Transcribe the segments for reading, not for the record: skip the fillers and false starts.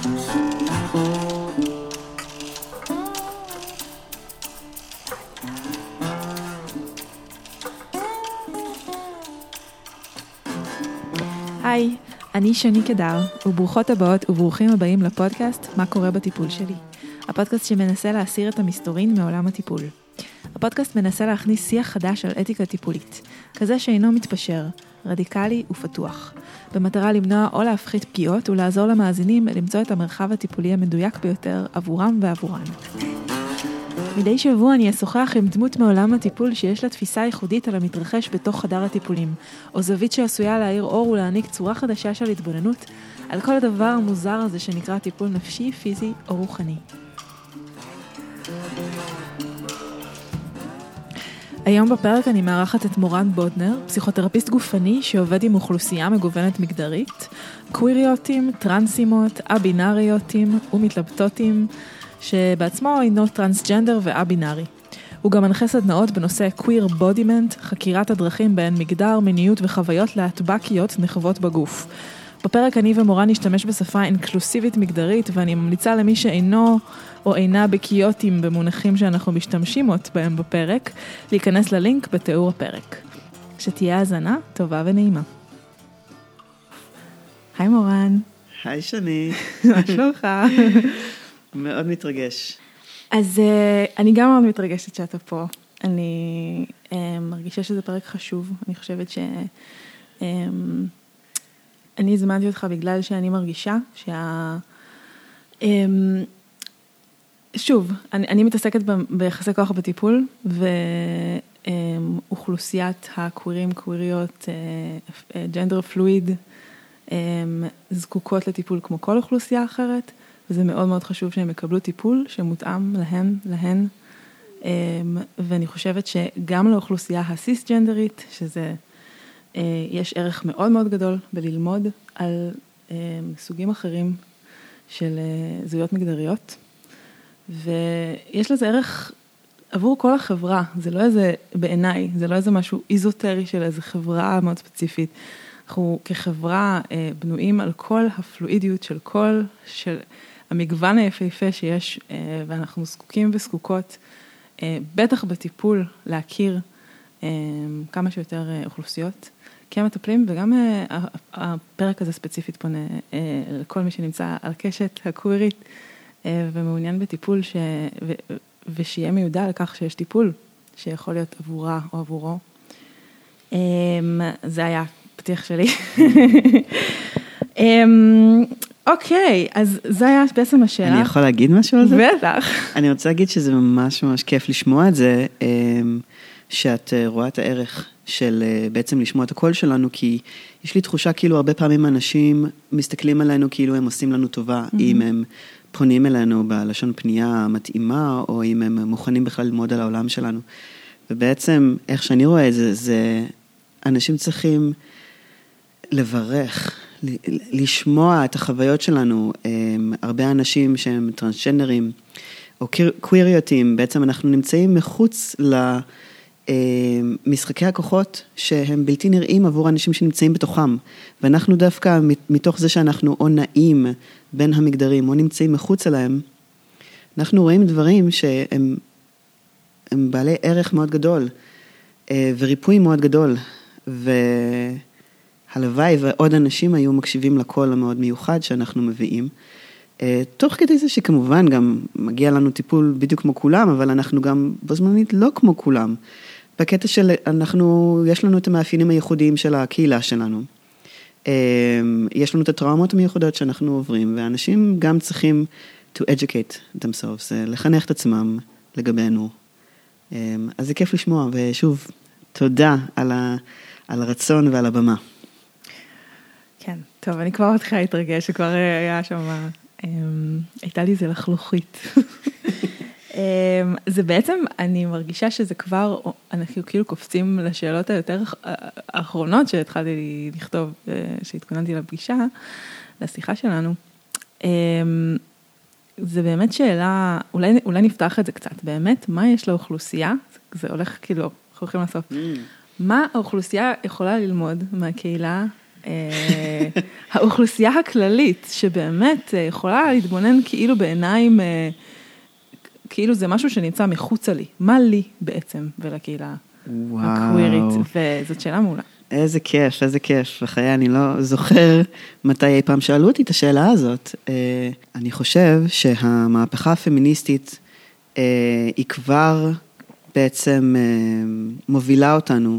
היי, אני שני קדר, וברוכות הבאות וברוכים הבאים לפודקאסט מה קורה בטיפול שלי. הפודקאסט שמנסה להסיר את המסתורין מעולם הטיפול. הפודקאסט מנסה להכניס שיח חדש על אתיקה טיפולית, כזה שאינו מתפשר, רדיקלי ופתוח, במטרה למנוע או להפחית פגיעות ולעזור למאזינים למצוא את המרחב הטיפולי המדויק ביותר עבורם ועבורן. מדי שבוע אני אשוחח עם דמות מעולם הטיפול שיש לה תפיסה ייחודית על המתרחש בתוך חדר הטיפולים, או זווית שעשויה להאיר אור ולהעניק צורה חדשה של התבוננות על כל הדבר המוזר הזה שנקרא טיפול נפשי, פיזי או רוחני. היום בפרק אני מארחת את מורן בודנר, פסיכותרפיסט גופני שעובד עם אוכלוסייה מגוונת מגדרית, קוויריוטים, טרנסימות, א-בינאריוטים ומתלבטותים, שבעצמו אינו טרנסג'נדר ואבינארי. הוא גם מנחה סדנאות בנושא queer embodiment, חקירת הדרכים בהן מגדר, מיניות וחוויות להטבקיות נחוות בגוף. בפרק אני ומורן נשתמש בשפה אינקלוסיבית מגדרית, ואני ממליצה למי שאינו או אינה בקיוטים במונחים שאנחנו משתמשים בהם בפרק, להיכנס ללינק בתיאור הפרק. שתהיה האזנה טובה ונעימה. היי מורן. היי שני. מה שלומך? מאוד מתרגש. אז אני גם מאוד מתרגשת שאתה פה. אני מרגישה שזה פרק חשוב. אני חושבת אני הזמנתי אותך בגלל שאני מרגישה שוב, אני מתעסקת ביחסי כוח בטיפול, ואוכלוסיית הקווירים, קוויריות, ג'נדר פלואיד, זקוקות לטיפול כמו כל אוכלוסייה אחרת, וזה מאוד מאוד חשוב שהם יקבלו טיפול שמותאם להן, ואני חושבת שגם לאוכלוסייה הסיס-ג'נדרית, שזה, יש ערך מאוד מאוד גדול בללמוד על סוגים אחרים של זהויות מגדריות, ויש לזה ערך עבור כל החברה, זה לא איזה, בעיניי, זה לא איזה משהו איזוטרי של איזה חברה מאוד ספציפית, אנחנו כחברה בנויים על כל הפלואידיות של המגוון היפהפה שיש, ואנחנו זקוקים וזקוקות, בטח בטיפול להכיר כמה שיותר אוכלוסיות, כי הם מטפלים, וגם הפרק הזה ספציפית פונה לכל מי שנמצא על קשת הקווירית, ומעוניין בטיפול ושיהיה מיודע לכך שיש טיפול שיכול להיות עבורה או עבורו. זה היה פתיח שלי. אוקיי, אז זה היה בעצם השאלה. אני יכול להגיד משהו על זה? בטח. אני רוצה להגיד שזה ממש ממש כיף לשמוע את זה, שאת רואה את הערך של בעצם לשמוע את הקול שלנו, כי יש לי תחושה כאילו הרבה פעמים אנשים מסתכלים עלינו כאילו הם עושים לנו טובה, אם הם פונים אלינו בלשון פנייה מתאימה, או אם הם מוכנים בכלל ללמוד על העולם שלנו. ובעצם איך שאני רואה את זה, זה אנשים צריכים לברך, לשמוע את החוויות שלנו, הרבה אנשים שהם טרנסג'נדרים, או קוויריוטים, בעצם אנחנו נמצאים מחוץ למשחקי הכוחות, שהם בלתי נראים עבור אנשים שנמצאים בתוכם, ואנחנו דווקא מתוך זה שאנחנו או נעים בין המגדרים, או נמצאים מחוץ אליהם, אנחנו רואים דברים שהם בעלי ערך מאוד גדול, וריפוי מאוד גדול, והלוואי ועוד אנשים היו מקשיבים לקול המאוד מיוחד שאנחנו מביאים, תוך כדי זה שכמובן גם מגיע לנו טיפול בדיוק כמו כולם, אבל אנחנו גם בזמנית לא כמו כולם, בקטע של יש לנו את המאפיינים הייחודיים של הקהילה שלנו, יש לנו את הטראומות המיוחדות שאנחנו עוברים, ואנשים גם צריכים to educate themselves, לחנך את עצמם לגבינו, אז זה כיף לשמוע, ושוב, תודה על הרצון ועל הבמה. כן, טוב, אני כבר מתחילה להתרגש, שכבר היה שם, הייתה לי זה לחלוכית. זה בעצם, אני מרגישה שזה כבר, אנחנו כאילו קופצים לשאלות היותר האחרונות שהתחלתי לכתוב, שהתכוננתי לפגישה, לשיחה שלנו. זה באמת שאלה, אולי נפתח את זה קצת, באמת, מה יש לאוכלוסייה? זה הולך כאילו, אנחנו הולכים לעשות. מה האוכלוסייה יכולה ללמוד מהקהילה האוכלוסייה הכללית, שבאמת יכולה להתבונן כאילו בעיניים, כאילו זה משהו שנמצא מחוצה לי. מה לי בעצם ולקהילה הקווירית? וזאת שאלה מעולה. איזה כיף, איזה כיף. בחיי אני לא זוכר מתי אי פעם שאלו אותי את השאלה הזאת. אני חושב שהמהפכה הפמיניסטית היא כבר בעצם מובילה אותנו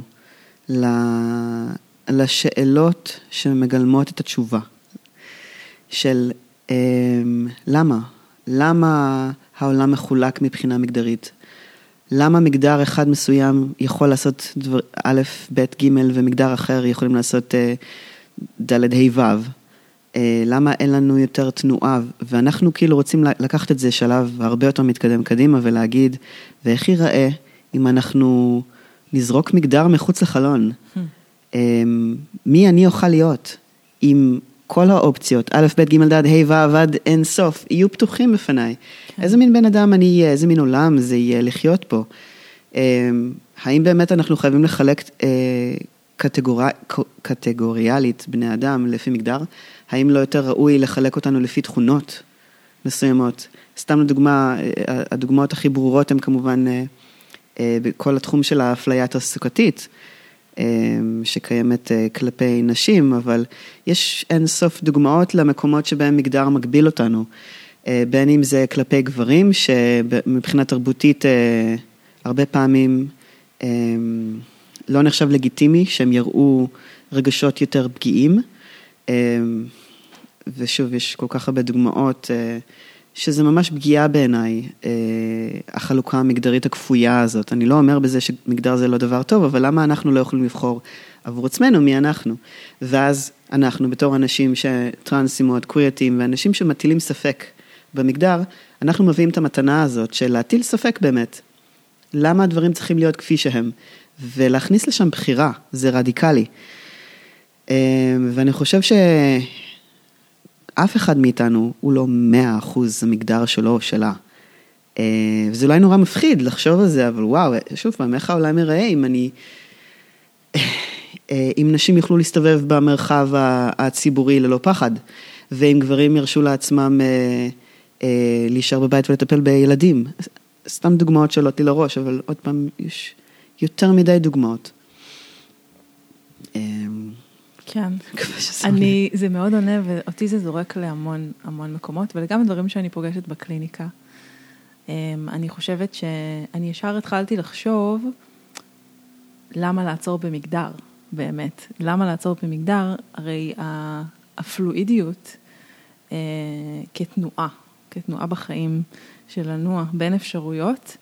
לשאלות שמגלמות את התשובה. של למה? למה העולם מחולק מבחינה מגדרית? למה מגדר אחד מסוים יכול לעשות דבר, א', ב', ג' ומגדר אחר יכולים לעשות ד', ה', ו'? למה אין לנו יותר תנועה? ואנחנו כאילו רוצים לקחת את זה שלב הרבה יותר מתקדם קדימה ולהגיד, ואיך ייראה אם אנחנו נזרוק מגדר מחוץ לחלון? מי אני אוכל להיות? אם כל האופציות, א', ב', ג', ד', ה', ו', עד אין סוף, יהיו פתוחים בפניי. איזה מין בן אדם אני אהיה? איזה מין עולם זה יהיה לחיות פה? האם באמת אנחנו חייבים לחלק קטגוריאלית בני אדם לפי מגדר? האם לא יותר ראוי לחלק אותנו לפי תכונות מסוימות? סתם לדוגמה, הדוגמאות הכי ברורות הן כמובן בכל התחום של האפליה התעסוקתית, שקיימת כלפי נשים, אבל יש אין סוף דוגמאות למקומות שבהם מגדר מגביל אותנו, בין אם זה כלפי גברים, שמבחינה תרבותית הרבה פעמים לא נחשב לגיטימי, שהם יראו רגשות יותר פגיעים, ושוב, יש כל כך הרבה דוגמאות, שזה ממש פגיעה בעיניי, החלוקה המגדרית הכפויה הזאת. אני לא אומר בזה שמגדר זה לא דבר טוב, אבל למה אנחנו לא יכולים לבחור עבור עצמנו מי אנחנו? ואז אנחנו בתור אנשים שטרנסים מאוד קווירתיים, ואנשים שמטילים ספק במגדר, אנחנו מביאים את המתנה הזאת של להטיל ספק באמת. למה הדברים צריכים להיות כפי שהם? ולהכניס לשם בחירה, זה רדיקלי. ואני חושב אף אחד מאיתנו הוא לא 100% המגדר שלו או שלה. וזה אולי נורא מפחיד לחשוב על זה, אבל וואו, שוב פעם, איך העולם יראה אם נשים יוכלו להסתובב במרחב הציבורי ללא פחד, ואם גברים ירשו לעצמם להישאר בבית ולטפל בילדים. סתם דוגמאות שעולות לי לראש, אבל עוד פעם, יש יותר מדי דוגמאות. כן, זה מאוד עונה, ואותי זה זורק להמון המון מקומות, ולגם הדברים שאני פוגשת בקליניקה. אני חושבת שאני ישר התחלתי לחשוב, למה לעצור במגדר, באמת? למה לעצור במגדר? הרי הפלואידיות כתנועה בחיים של לנוע בין אפשרויות,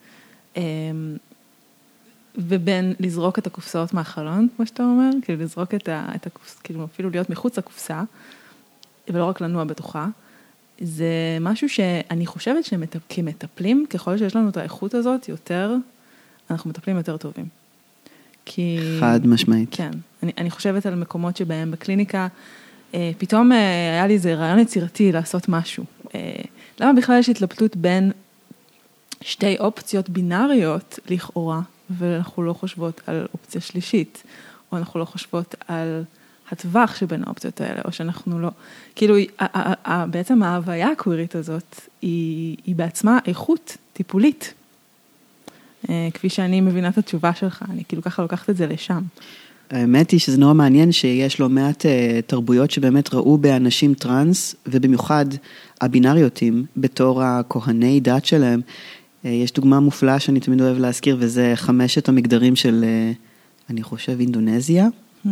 ובין לזרוק את הקופסאות מהחלון, כמו שאתה אומר, כאילו לזרוק את הקופסה, כאילו אפילו להיות מחוץ לקופסה, ולא רק לנוע בתוכה, זה משהו שאני חושבת שכמטפלים, ככל שיש לנו את האיכות הזאת, אנחנו מטפלים יותר טובים. חד משמעית. כן, אני חושבת על מקומות שבהם בקליניקה, פתאום היה לי איזה רעיון יצירתי לעשות משהו. למה בכלל יש התלבטות בין שתי אופציות בינאריות לכאורה, ואנחנו לא חושבות על אופציה שלישית, או אנחנו לא חושבות על הטווח שבין האופציות האלה, או שאנחנו לא, כאילו, בעצם ההוויה הקווירית הזאת, היא בעצמה איכות טיפולית, כפי שאני מבינה את התשובה שלך, אני כאילו ככה לוקחת את זה לשם. האמת היא שזה נורא מעניין שיש לו מעט תרבויות שבאמת ראו באנשים טרנס, ובמיוחד הבינאריותים, בתור הכהני דת שלהם, יש דוגמה מופלאה שאני תמיד אוהב להזכיר, וזה 5 המגדרים של, אני חושב, אינדונזיה,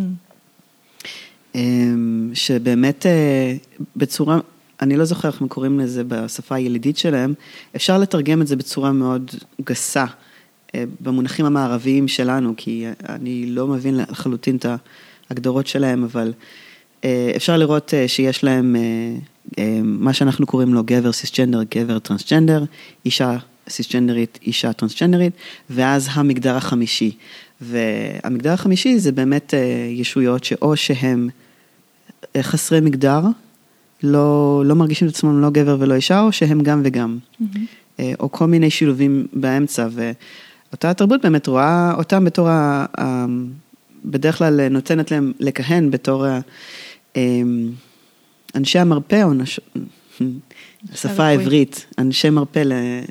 שבאמת בצורה, אני לא זוכר איך הם קוראים לזה בשפה הילידית שלהם, אפשר לתרגם את זה בצורה מאוד גסה, במונחים המערביים שלנו, כי אני לא מבין לחלוטין את ההגדרות שלהם, אבל אפשר לראות שיש להם מה שאנחנו קוראים לו גבר סיסג'נדר, גבר טרנסג'נדר, אישה סיסג'נדרית, אישה טרנסג'נדרית, ואז המגדר החמישי. והמגדר החמישי זה באמת ישויות שאו שהם חסרי מגדר, לא מרגישים את עצמם לא גבר ולא אישה, או שהם גם וגם. או כל מיני שילובים באמצע, ואותה התרבות באמת רואה אותם בתור בדרך כלל נותנת להם לכהן בתור אנשי המרפא, או השפה העברית, אנשי מרפא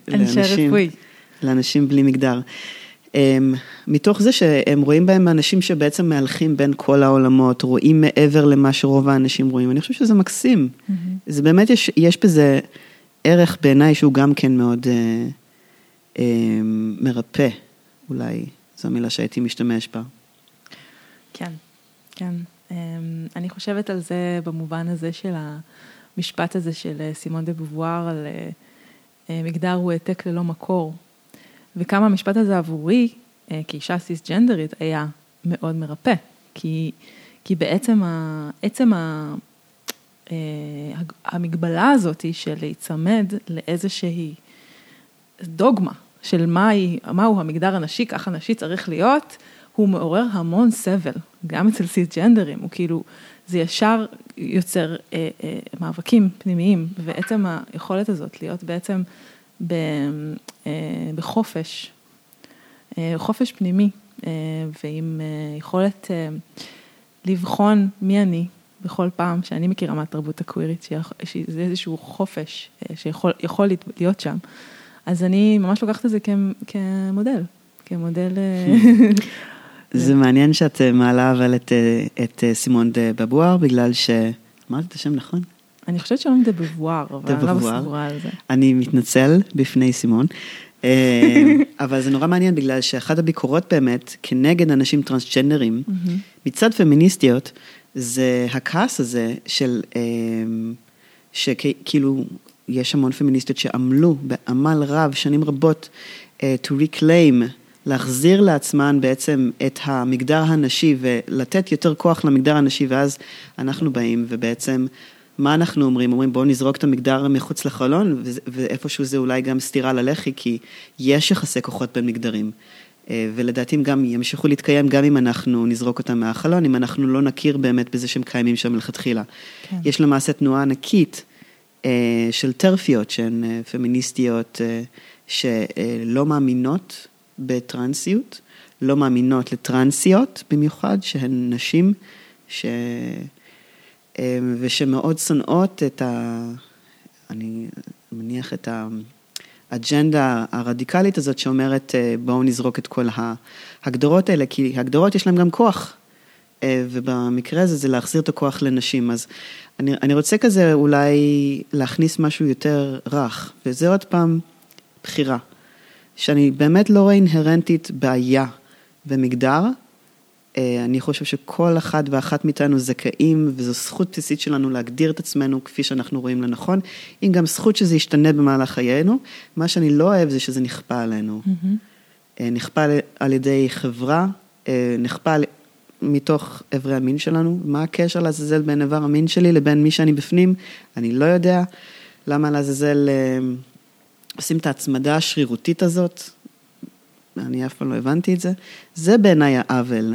לאנשים בלי מגדר. מתוך זה שהם רואים בהם אנשים שבעצם מהלכים בין כל העולמות, רואים מעבר למה שרוב האנשים רואים. אני חושב שזה מקסים. זה באמת, יש בזה ערך בעיניי שהוא גם כן מאוד מרפא, אולי זו המילה שהייתי משתמש בה. כן, כן. אני חושבת על זה במובן הזה של המשפט הזה של סימון דה בובואר, על מגדר הוא העתק ללא מקור. וכמה המשפט הזה עבורי, כאישה סיסג'נדרית, היה מאוד מרפא. כי בעצם המגבלה הזאת של להיצמד לאיזושהי דוגמה של מהו המגדר הנשי, כך הנשי צריך להיות, הוא מעורר המון סבל, גם אצל סיסג'נדרים, הוא כאילו, זה ישר יוצר מאבקים פנימיים, ובעצם היכולת הזאת להיות בעצם בחופש, חופש פנימי, ועם יכולת לבחון מי אני, בכל פעם שאני מכירה מהתרבות הקווירית, שזה איזשהו חופש שיכול להיות שם, אז אני ממש לוקחת את זה כמודל. זה מעניין שאת מעלה אבל את סימון דה בובואר, בגלל אמרת את השם נכון? אני חושבת שאומרים דה בובואר, אבל אני לא בסגורה על זה. אני מתנצל בפני סימון, אבל זה נורא מעניין, בגלל שאחת הביקורות באמת, כנגד אנשים טרנסג'נדרים, מצד פמיניסטיות, זה הכעס הזה של, שכאילו, יש המון פמיניסטיות שעמלו בעמל רב, שנים רבות, to reclaim, להחזיר לעצמן בעצם את המגדר הנשי, ולתת יותר כוח למגדר הנשי, ואז אנחנו באים, ובעצם, מה אנחנו אומרים? אומרים, בואו נזרוק את המגדר מחוץ לחלון, ואיפשהו זה אולי גם סתירה ללחי, כי יש יחסי כוחות בין מגדרים, ולדעתי הם גם ימשיכו להתקיים, גם אם אנחנו נזרוק אותם מהחלון, אם אנחנו לא נכיר באמת בזה שהם קיימים שם מלכתחילה. כן. יש למעשה תנועה ענקית של טרפיות, שהן פמיניסטיות, שלא מאמינות בטרנסיות, לא מאמינות לטרנסיות במיוחד, שהן נשים, ושמאוד שונאות אני מניח את האג'נדה הרדיקלית הזאת שאומרת בואו נזרוק את כל ההגדרות האלה, כי הגדרות יש להם גם כוח, ובמקרה הזה זה להחזיר את הכוח לנשים. אז אני רוצה כזה אולי להכניס משהו יותר רך, וזה עוד פעם בחירה, שאני באמת לא רואה אינהרנטית בעיה במגדר. אני חושב שכל אחד ואחת מאיתנו זכאים, וזו זכות בסיסית שלנו להגדיר את עצמנו כפי שאנחנו רואים לנכון, אם גם זכות שזה ישתנה במהלך חיינו. מה שאני לא אוהב זה שזה נכפה עלינו. נכפה על ידי חברה, נכפה מתוך עברי המין שלנו. מה הקשר לעזאזל בין עבר המין שלי לבין מי שאני בפנים? אני לא יודע. למה לעזאזל עושים את ההצמדה השרירותית הזאת? אני אף פעם לא הבנתי את זה. זה בעיניי העוול.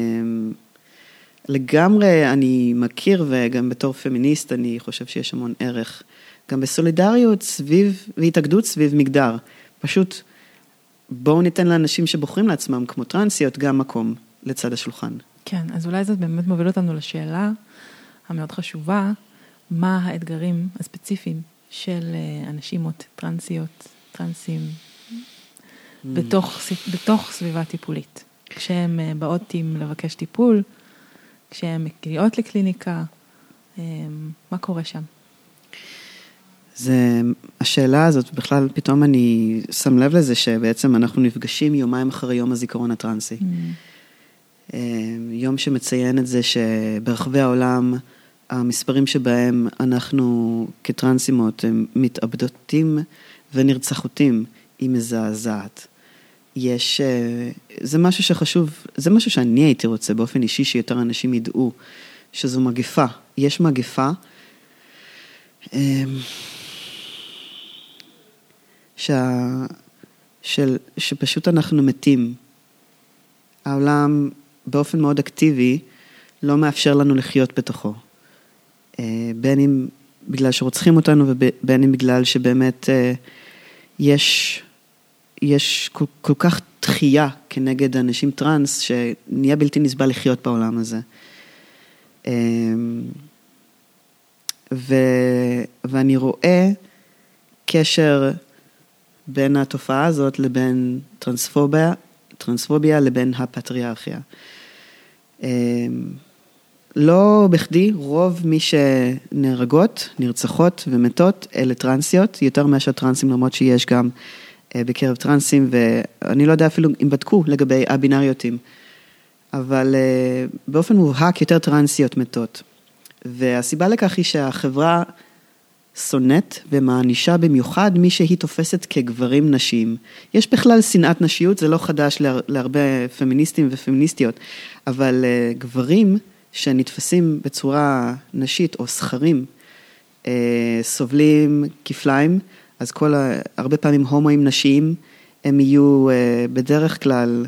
לגמרי אני מכיר, וגם בתור פמיניסט אני חושב שיש המון ערך, גם בסולידריות סביב, והתאגדות סביב מגדר. פשוט בואו ניתן לאנשים שבוחרים לעצמם כמו טרנסיות גם מקום לצד השולחן. כן, אז אולי זאת באמת מוביל אותנו לשאלה המאוד חשובה, מה האתגרים הספציפיים של אנשים טרנסיות, טרנסים, בתוך סביבה טיפולית. כשהם באות לבקש טיפול, כשהם מגיעות לקליניקה, מה קורה שם? השאלה הזאת, בכלל פתאום אני שם לב לזה שבעצם אנחנו נפגשים יומיים אחרי יום הזיכרון הטרנסי. יום שמציין את זה שברחבי העולם, המספרים שבהם אנחנו כטרנסימות מתאבדותים ונרצחותים, היא מזעזעת. זה משהו שחשוב, זה משהו שאני הייתי רוצה באופן אישי שיותר אנשים ידעו שזו מגפה. יש מגפה שפשוט אנחנו מתים. העולם באופן מאוד אקטיבי לא מאפשר לנו לחיות בתוכו. בין אם בגלל שרוצחים אותנו ובין אם בגלל שבאמת יש יש כל כך דחייה כנגד אנשים טרנס, שנהיה בלתי נסבל לחיות בעולם הזה. ואני רואה קשר בין התופעה הזאת לבין טרנספוביה לבין הפטריארכיה. לא בכדי, רוב מי שנהרגות, נרצחות ומתות, אלה טרנסיות, יותר מאשר טרנסים, למרות שיש גם בקרב טרנסים, ואני לא יודע אפילו אם בדקו לגבי הבינאריותים, אבל באופן מובהק יותר טרנסיות מתות. והסיבה לכך היא שהחברה שונאת ומענישה במיוחד מי שהיא תופסת כגברים נשים. יש בכלל שנאת נשיות, זה לא חדש להרבה פמיניסטים ופמיניסטיות, אבל גברים שנתפסים בצורה נשית או שכרים, סובלים כפליים, אז הרבה פעמים הומואים נשיים, הם יהיו בדרך כלל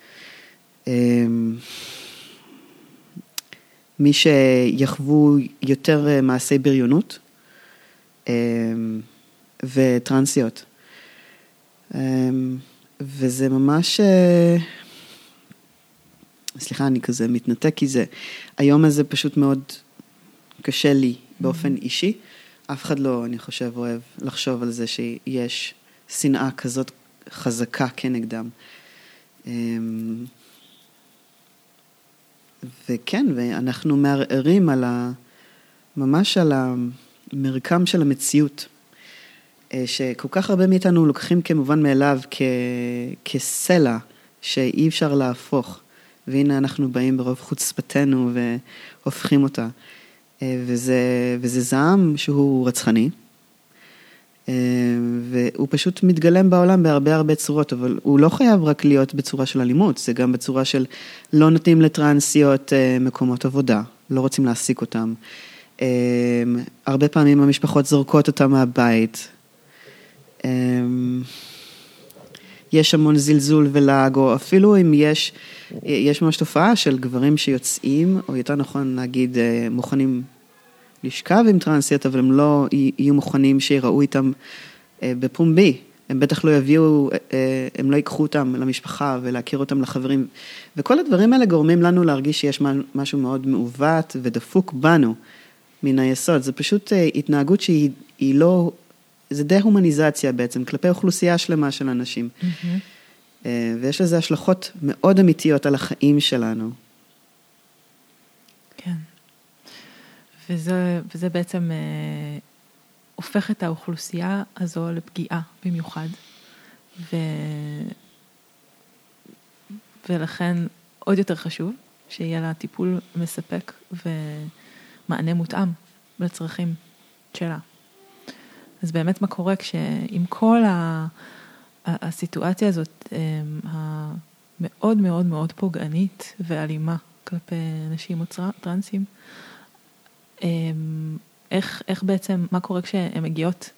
מי שיחוו יותר מעשי בריונות, וטרנסיות. וזה ממש, סליחה, אני כזה מתנתק, כי זה, היום הזה פשוט מאוד קשה לי באופן אישי. אף אחד לא, אני חושב, אוהב לחשוב על זה שיש שנאה כזאת חזקה כנגדם. וכן, ואנחנו מערערים ממש על המרקם של המציאות, שכל כך הרבה מאיתנו לוקחים כמובן מאליו כסלע שאי אפשר להפוך, והנה אנחנו באים ברוב חוצפתנו והופכים אותה, וזה זעם שהוא רצחני, והוא פשוט מתגלם בעולם בהרבה צורות, אבל הוא לא חייב רק להיות בצורה של אלימות, זה גם בצורה של לא נותנים לטרנסיות מקומות עבודה, לא רוצים להעסיק אותם, הרבה פעמים המשפחות זורקות אותם מהבית, יש המון זלזול ולעג, או אפילו אם יש ממש תופעה של גברים שיוצאים, או יותר נכון להגיד, מוכנים לשכב עם טרנסיות, אבל הם לא יהיו מוכנים שיראו איתם בפומבי, הם בטח לא יביאו, הם לא ייקחו אותם למשפחה ולהכיר אותם לחברים, וכל הדברים האלה גורמים לנו להרגיש שיש משהו מאוד מעוות ודפוק בנו מן היסוד, זה פשוט התנהגות שהיא לא, זה דה-הומניזציה בעצם, כלפי אוכלוסייה שלמה של אנשים, ויש לזה השלכות מאוד אמיתיות על החיים שלנו. כן. וזה בעצם הופך את האוכלוסייה הזו לפגיעה במיוחד, ולכן עוד יותר חשוב שיהיה לה טיפול מספק ומענה מותאם לצרכים שלה. אז באמת מה קורה כשעם כל הסיטואציה הזאת המאוד מאוד מאוד פוגענית ואלימה כלפי אנשים או טרנסים, איך בעצם, מה קורה כשהן מגיעות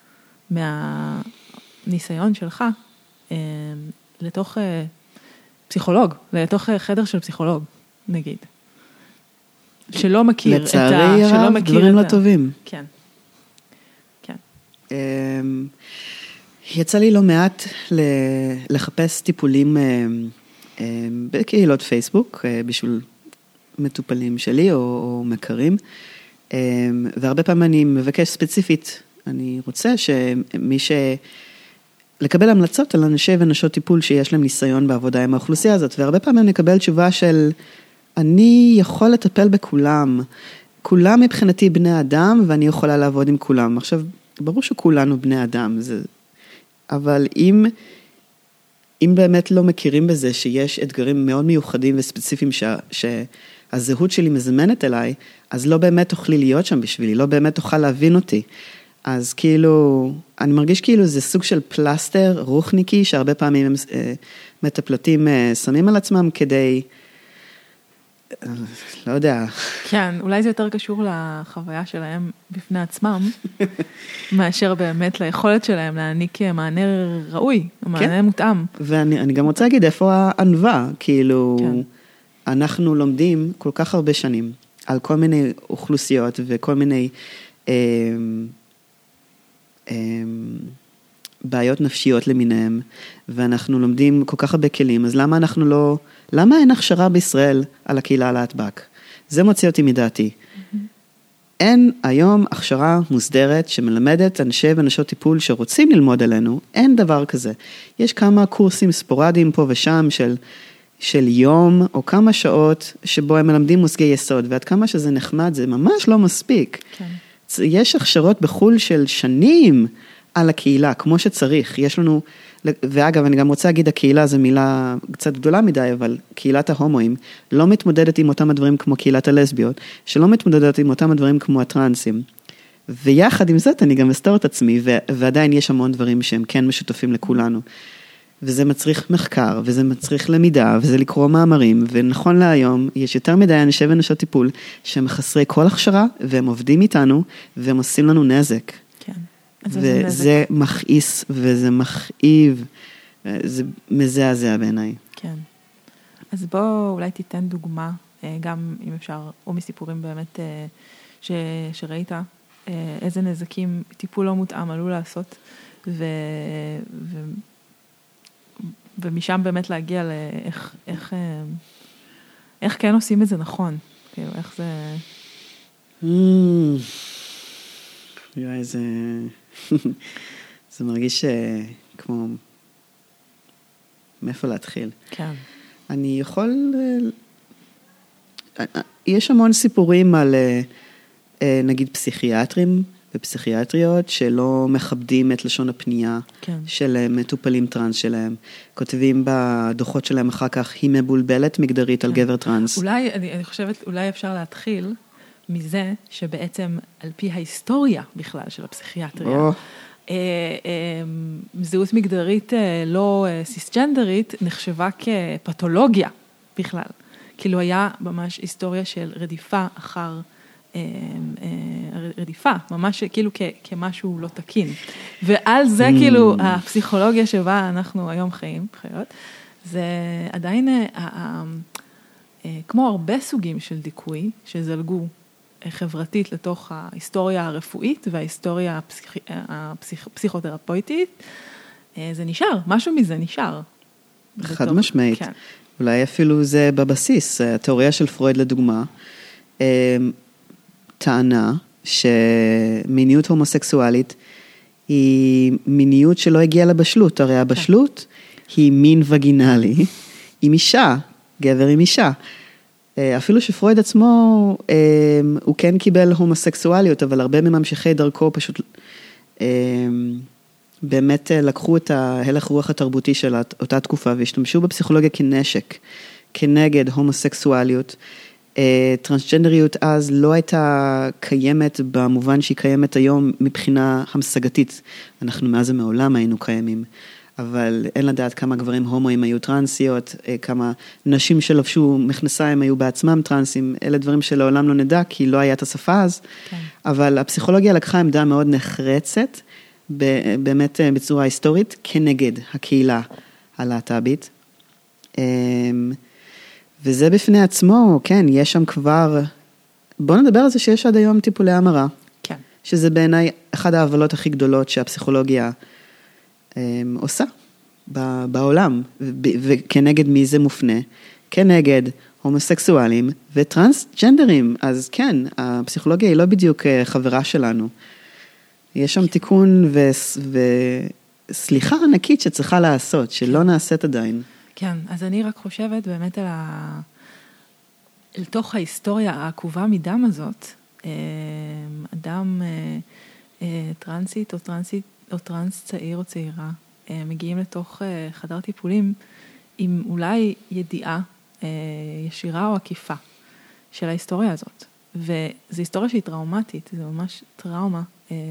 מהניסיון שלך לתוך פסיכולוג, לתוך חדר של פסיכולוג, נגיד, שלא מכיר לצערי הרב, דברים לא טובים. כן. יצא לי לא מעט לחפש טיפולים בקהילות פייסבוק, בשביל מטופלים שלי או מכרים, והרבה פעמים אני מבקש ספציפית, אני רוצה לקבל המלצות על אנשי ונשות טיפול שיש להם ניסיון בעבודה עם האוכלוסייה הזאת, והרבה פעמים נקבל תשובה של, אני יכול לטפל בכולם, כולם מבחינתי בני אדם, ואני יכולה לעבוד עם כולם. עכשיו, ברור שכולנו בני אדם, אבל אם באמת לא מכירים בזה שיש אתגרים מאוד מיוחדים וספציפיים שהזהות שלי מזמנת אליי, אז לא באמת תוכלי להיות שם בשבילי, לא באמת תוכל להבין אותי. אז כאילו, אני מרגיש כאילו זה סוג של פלסטר רוחניקי, שהרבה פעמים הם מטפלותים שמים על עצמם כדי, לא יודע. כן, אולי זה יותר קשור לחוויה שלהם בפני עצמם, מאשר באמת ליכולת שלהם להעניק מענה ראוי, מענה מותאם. ואני גם רוצה להגיד איפה הענווה, כאילו, אנחנו לומדים כל כך הרבה שנים, על כל מיני אוכלוסיות וכל מיני בעיות נפשיות למיניהם, ואנחנו לומדים כל כך הרבה כלים, אז למה אין הכשרה בישראל על הקהילה הלהטב"ק? זה מוציא אותי מדעתי. אין היום הכשרה מוסדרת שמלמדת אנשי ונשות טיפול שרוצים ללמוד עלינו, אין דבר כזה. יש כמה קורסים ספורדיים פה ושם של יום או כמה שעות שבו הם מלמדים מושגי יסוד, ועד כמה שזה נחמד זה ממש לא מספיק. כן. יש הכשרות בחול של שנים על הקהילה, כמו שצריך. יש לנו, ואגב, אני גם רוצה להגיד, הקהילה זו מילה קצת גדולה מדי, אבל קהילת ההומואים לא מתמודדת עם אותם הדברים כמו קהילת הלסביות, שלא מתמודדת עם אותם הדברים כמו הטרנסים. ויחד עם זאת, אני גם אסתור את עצמי, ועדיין יש המון דברים שהם כן משותפים לכולנו. וזה מצריך מחקר, וזה מצריך למידה, וזה לקרוא מאמרים, ונכון להיום, יש יותר מדי אנשי ונשות טיפול, שהם חסרי כל הכשרה, והם עובדים איתנו, והם עושים לנו נזק. כן. וזה מכעיס, וזה מכאיב, זה מזעזע בעיניי. כן. אז בוא אולי תיתן דוגמה, גם אם אפשר, או מסיפורים באמת שראית, איזה נזקים טיפול לא מותאם עלול לעשות, ומשם באמת להגיע איך כן עושים את זה נכון, כאילו, איך זה... יואי, זה מרגיש כמו... מאיפה להתחיל? כן. אני יכול... יש המון סיפורים על, נגיד, פסיכיאטרים ופסיכיאטריות שלא מכבדים את לשון הפנייה של מטופלים טרנס שלהם. כותבים בדוחות שלהם אחר כך, היא מבולבלת מגדרית על גבר טרנס. אולי, אני חושבת, אולי אפשר להתחיל מזה שבעצם על פי ההיסטוריה בכלל של הפסיכיאטריה, זהות מגדרית לא סיסג'נדרית נחשבה כפתולוגיה בכלל. כאילו היה ממש היסטוריה של רדיפה אחר רדיפה, ממש כאילו כמשהו לא תקין. ועל זה כאילו הפסיכולוגיה שבה אנחנו היום חיות, זה עדיין כמו הרבה סוגים של דיכוי שזלגו חברתית לתוך ההיסטוריה הרפואית וההיסטוריה הפסיכותרפויטית, זה נשאר, משהו מזה נשאר. חד משמעית. כן. אולי אפילו זה בבסיס, התיאוריה של פרויד לדוגמה, טענה שמיניות הומוסקסואלית היא מיניות שלא הגיעה לבשלות, הרי הבשלות היא מין וגינלי עם אישה, גבר עם אישה. אפילו שפרויד עצמו, הוא כן קיבל הומוסקסואליות, אבל הרבה מממשיכי דרכו פשוט באמת לקחו את ההלך רוח התרבותי של אותה תקופה, והשתמשו בפסיכולוגיה כנשק, כנגד הומוסקסואליות. טרנסג'נדריות אז לא הייתה קיימת במובן שהיא קיימת היום מבחינה המשגתית. אנחנו מאז ומעולם היינו קיימים. אבל אין לדעת כמה גברים הומואים היו טרנסיות, כמה נשים שלבשו מכנסיים היו בעצמם טרנסים, אלה דברים שלעולם לא נדע, כי לא היה את השפה אז, כן. אבל הפסיכולוגיה לקחה עמדה מאוד נחרצת, באמת בצורה היסטורית, כנגד הקהילה הלהט"בית, וזה בפני עצמו, כן, יש שם כבר, בואו נדבר על זה שיש עד היום טיפולי המרה, כן. שזה בעיניי אחד העוולות הכי גדולות שהפסיכולוגיה עושה בעולם, וכנגד מי זה מופנה, כנגד הומוסקסואלים וטרנסג'נדרים, אז כן, הפסיכולוגיה היא לא בדיוק חברה שלנו, יש שם תיקון וסליחה ענקית שצריכה לעשות, שלא נעשית עדיין. כן, אז אני רק חושבת באמת לתוך ההיסטוריה העקובה מדם הזאת, אדם טרנסית או טרנס צעיר או צעירה, מגיעים לתוך חדר טיפולים עם אולי ידיעה ישירה או עקיפה של ההיסטוריה הזאת. וזו היסטוריה שהיא טראומטית, זה ממש טראומה.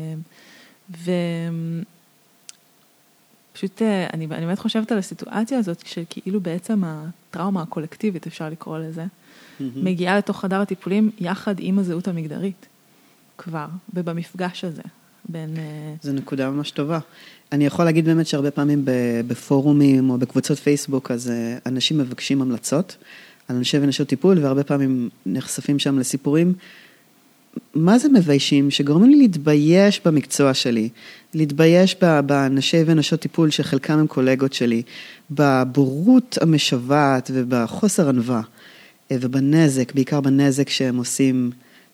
ופשוט אני באמת חושבת על הסיטואציה הזאת, שכאילו בעצם הטראומה הקולקטיבית, אפשר לקרוא לזה, מגיעה לתוך חדר הטיפולים יחד עם הזהות המגדרית, כבר, ובמפגש הזה. זו נקודה ממש טובה. אני יכול להגיד באמת שהרבה פעמים בפורומים או בקבוצות פייסבוק, אז אנשים מבקשים המלצות על אנשי ונשות טיפול, והרבה פעמים נחשפים שם לסיפורים מה זה מביישים? שגורמים לי להתבייש במקצוע שלי, להתבייש באנשי ונשות טיפול שחלקם הם קולגות שלי, בבורות המשוועת ובחוסר ענווה, ובנזק, בעיקר בנזק שהם עושים,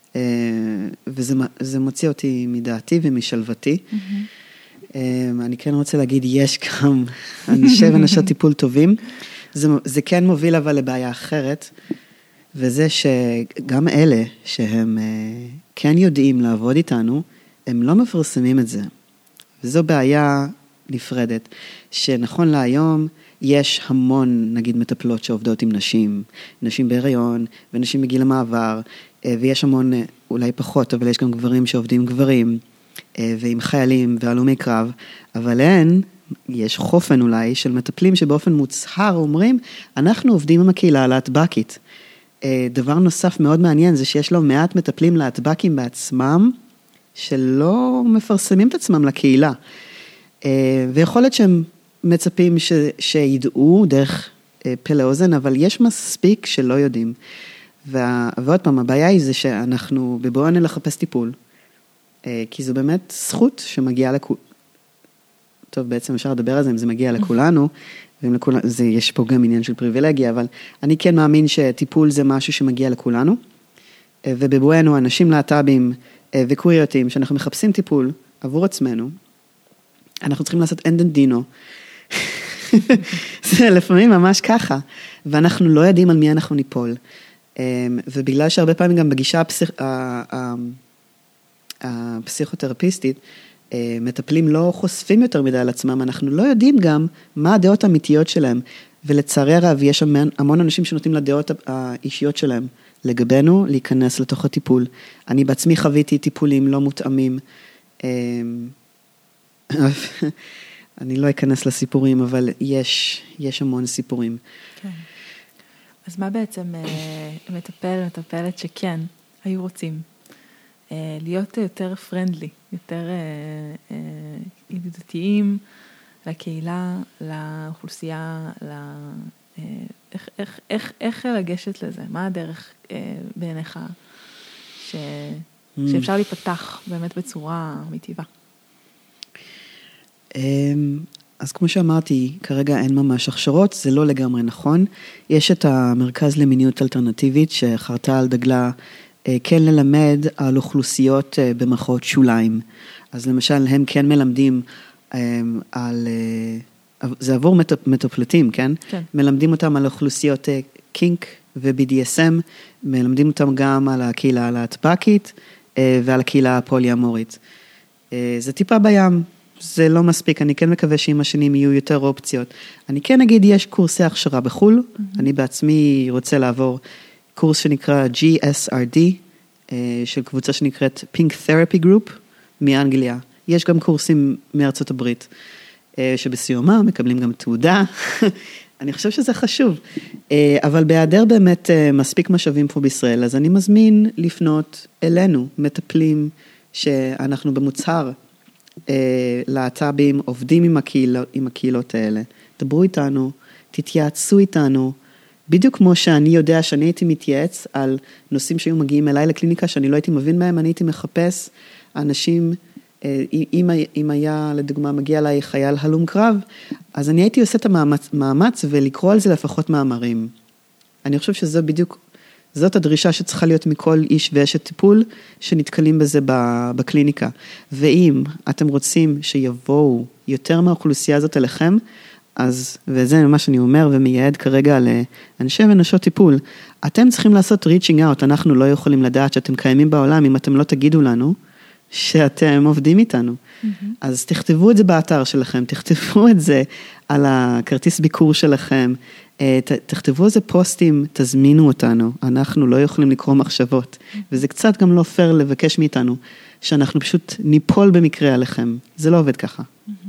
וזה מוציא אותי מדעתי ומשלוותי. אני כן רוצה להגיד, יש גם אנשי ונשות טיפול טובים, זה כן מוביל אבל לבעיה אחרת, וזה שגם אלה שהם כן יודעים לעבוד איתנו, הם לא מפרסמים את זה. וזו בעיה נפרדת, שנכון להיום יש המון, נגיד, מטפלות שעובדות עם נשים בהיריון, ונשים בגיל המעבר, ויש המון, אולי פחות, אבל יש גם גברים שעובדים עם גברים, ועם חיילים והלומי קרב, אבל יש חופן אולי של מטפלים שבאופן מוצהר אומרים, אנחנו עובדים עם הקהילה הלהטב"קית. דבר נוסף מאוד מעניין זה שיש לו מעט מטפלים להטב"קים בעצמם, שלא מפרסמים את עצמם לקהילה. ויכול להיות שהם מצפים שידעו דרך פה לאוזן, אבל יש מספיק שלא יודעים. ועוד פעם, הבעיה היא זה שאנחנו בבואנו לחפש טיפול, כי זו באמת זכות שמגיעה לכולנו. טוב, בעצם אפשר לדבר על זה אם זה מגיע לכולנו, יש פה גם עניין של פריבילגיה, אבל אני כן מאמין שטיפול זה משהו שמגיע לכולנו, ובבואנו אנשים להט"בים וקוויריים, שאנחנו מחפשים טיפול עבור עצמנו, אנחנו צריכים לעשות אנדנדינו. זה לפעמים ממש ככה, ואנחנו לא יודעים על מי אנחנו ניפול. ובגלל שהרבה פעמים גם בגישה הפסיכותרפיסטית, מטפלים לא חושפים יותר מדי על עצמם, אנחנו לא יודעים גם מה הדעות האמיתיות שלהם, ולצערי הרב יש המון אנשים שנותנים לדעות האישיות שלהם, לגבינו להיכנס לתוך הטיפול. אני בעצמי חוויתי טיפולים לא מותאמים, אני לא אכנס לסיפורים, אבל יש המון סיפורים. כן. אז מה בעצם מטפלת שכן היו רוצים? להיות יותר פרנדלי, יותר ידידותיים לקהילה, לאוכלוסייה, איך לגשת לזה? מה הדרך בעיניך שאפשר להיפתח באמת בצורה מטיבה? אז כמו שאמרתי, כרגע אין ממש הכשרות, זה לא לגמרי נכון. יש את המרכז למיניות אלטרנטיבית שחרתה על דגלה כן ללמד על אוכלוסיות במרכאות שוליים. אז למשל, הם כן מלמדים על, זה עבור מטפלטים, כן? כן. מלמדים אותם על אוכלוסיות קינק ו-BDSM, מלמדים אותם גם על הקהילה הלהטב"קית ועל הקהילה הפוליאמורית. זה טיפה בים, זה לא מספיק, אני כן מקווה שעם השנים יהיו יותר אופציות. אני כן אגיד, יש קורסי הכשרה בחול, אני בעצמי רוצה לעבור קורס שנקרא GSRD, של קבוצה שנקראת Pink Therapy Group, מאנגליה. יש גם קורסים מארצות הברית, שבסיומה מקבלים גם תעודה. אני חושב שזה חשוב. אבל בהיעדר באמת מספיק משאבים פה בישראל, אז אני מזמין לפנות אלינו, מטפלים שאנחנו במוצהר, להט"בים, עובדים עם הקהילות האלה. דברו איתנו, תתייעצו איתנו, בדיוק כמו שאני יודע שאני הייתי מתייעץ על נושאים שהיו מגיעים אליי לקליניקה, שאני לא הייתי מבין מהם, אני הייתי מחפש אנשים, אם היה לדוגמה מגיע אליי חייל הלום קרב, אז אני הייתי עושה את המאמץ ולקרוא על זה לפחות מאמרים. אני חושב שזה בדיוק, זאת הדרישה שצריכה להיות מכל איש ואשת טיפול שנתקלים בזה בקליניקה. ואם אתם רוצים שיבואו יותר מהאוכלוסייה הזאת אליכם, אז, וזה מה שאני אומר ומייעד כרגע לאנשי ונשות טיפול, אתם צריכים לעשות reaching out, אנחנו לא יכולים לדעת שאתם קיימים בעולם, אם אתם לא תגידו לנו שאתם עובדים איתנו. אז תכתבו את זה באתר שלכם, תכתבו את זה על הכרטיס ביקור שלכם, תכתבו איזה פוסטים, תזמינו אותנו, אנחנו לא יכולים לקרוא מחשבות, וזה קצת גם לא פייר לבקש מאיתנו, שאנחנו פשוט ניפול במקרה עליכם, זה לא עובד ככה.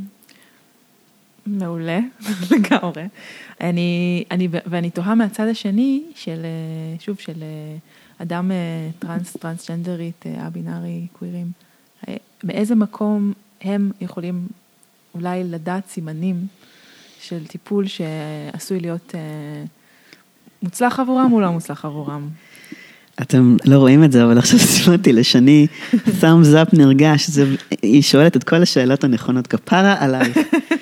מעולה, לגמרי. ואני תוהה מהצד השני, שוב, של אדם טרנסג'נדרית, הבינארי, קווירים, באיזה מקום הם יכולים אולי לדעת סימנים של טיפול שעשוי להיות מוצלח עבורם או לא מוצלח עבורם? אתם לא רואים את זה, אבל עכשיו סימנתי לשני, thumbs up נרגש, היא שואלת את כל השאלות הנכונות, כפרה עלייך.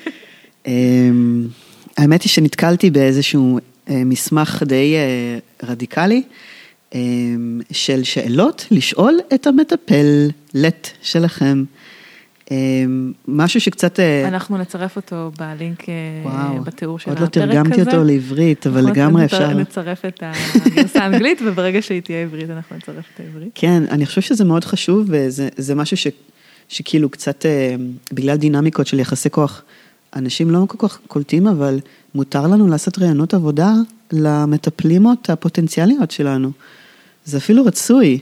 האמת היא שנתקלתי באיזשהו מסמך די רדיקלי, של שאלות לשאול את המטפלת שלכם. משהו שקצת... אנחנו נצרף אותו בלינק בתיאור של הפרק הזה. עוד לא תרגמתי אותו לעברית, אבל לגמרי אפשר... נצרף את הגרסה האנגלית, וברגע שהיא תהיה עברית, אנחנו נצרף את העברית. כן, אני חושב שזה מאוד חשוב, וזה משהו שכאילו קצת, בגלל דינמיקות של יחסי כוח, אנשים לא כל כך קולטים, אבל מותר לנו לעשות רעיונות עבודה למטפלימות הפוטנציאליות שלנו. זה אפילו רצוי.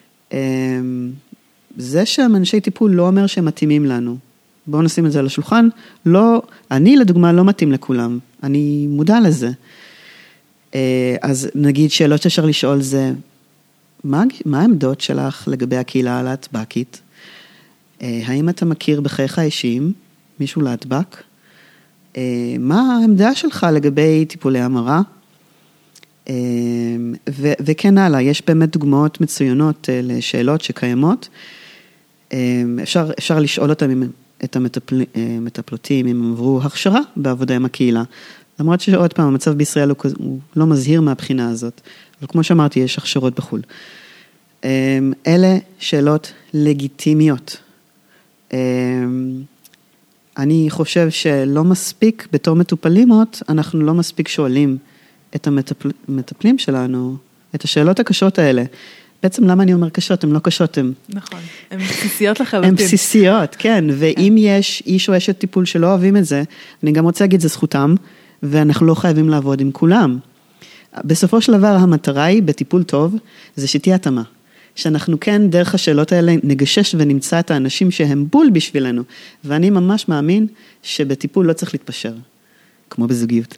זה שהאנשי טיפול לא אומר שהם מתאימים לנו. בואו נשים את זה על השולחן. לא, אני לדוגמה לא מתאים לכולם. אני מודע לזה. אז נגיד שאלות שאפשר לשאול זה, מה העמדות שלך לגבי הקהילה הלהטב"קית? האם אתה מכיר בחייך האישיים מישהו להטב"ק? מה העמדה שלך לגבי טיפולי המרה? וכן הלאה, יש באמת דוגמאות מצוינות לשאלות שקיימות. אפשר לשאול אותם את המטפלותים אם הם עברו הכשרה בעבודה עם הקהילה. למרות שעוד פעם, המצב בישראל הוא לא מזהיר מהבחינה הזאת, אבל כמו שאמרתי, יש הכשרות בחו"ל. אלה שאלות לגיטימיות. אני חושב שלא מספיק, בתור מטופלימות, אנחנו לא מספיק שואלים את המטפלים שלנו, את השאלות הקשות האלה. בעצם למה אני אומר קשות? הן לא קשות, הן... נכון, הן בסיסיות לחלוטין. הן בסיסיות, כן, ואם יש איש או אשת טיפול שלא אוהבים את זה, אני גם רוצה להגיד, זה זכותם, ואנחנו לא חייבים לעבוד עם כולם. בסופו של דבר, המטרה היא, בטיפול טוב, זה שתהיה התאמה. שאנחנו כן, דרך השאלות האלה, נגשש ונמצא את האנשים שהם בול בשבילנו, ואני ממש מאמין שבטיפול לא צריך להתפשר. כמו בזוגיות.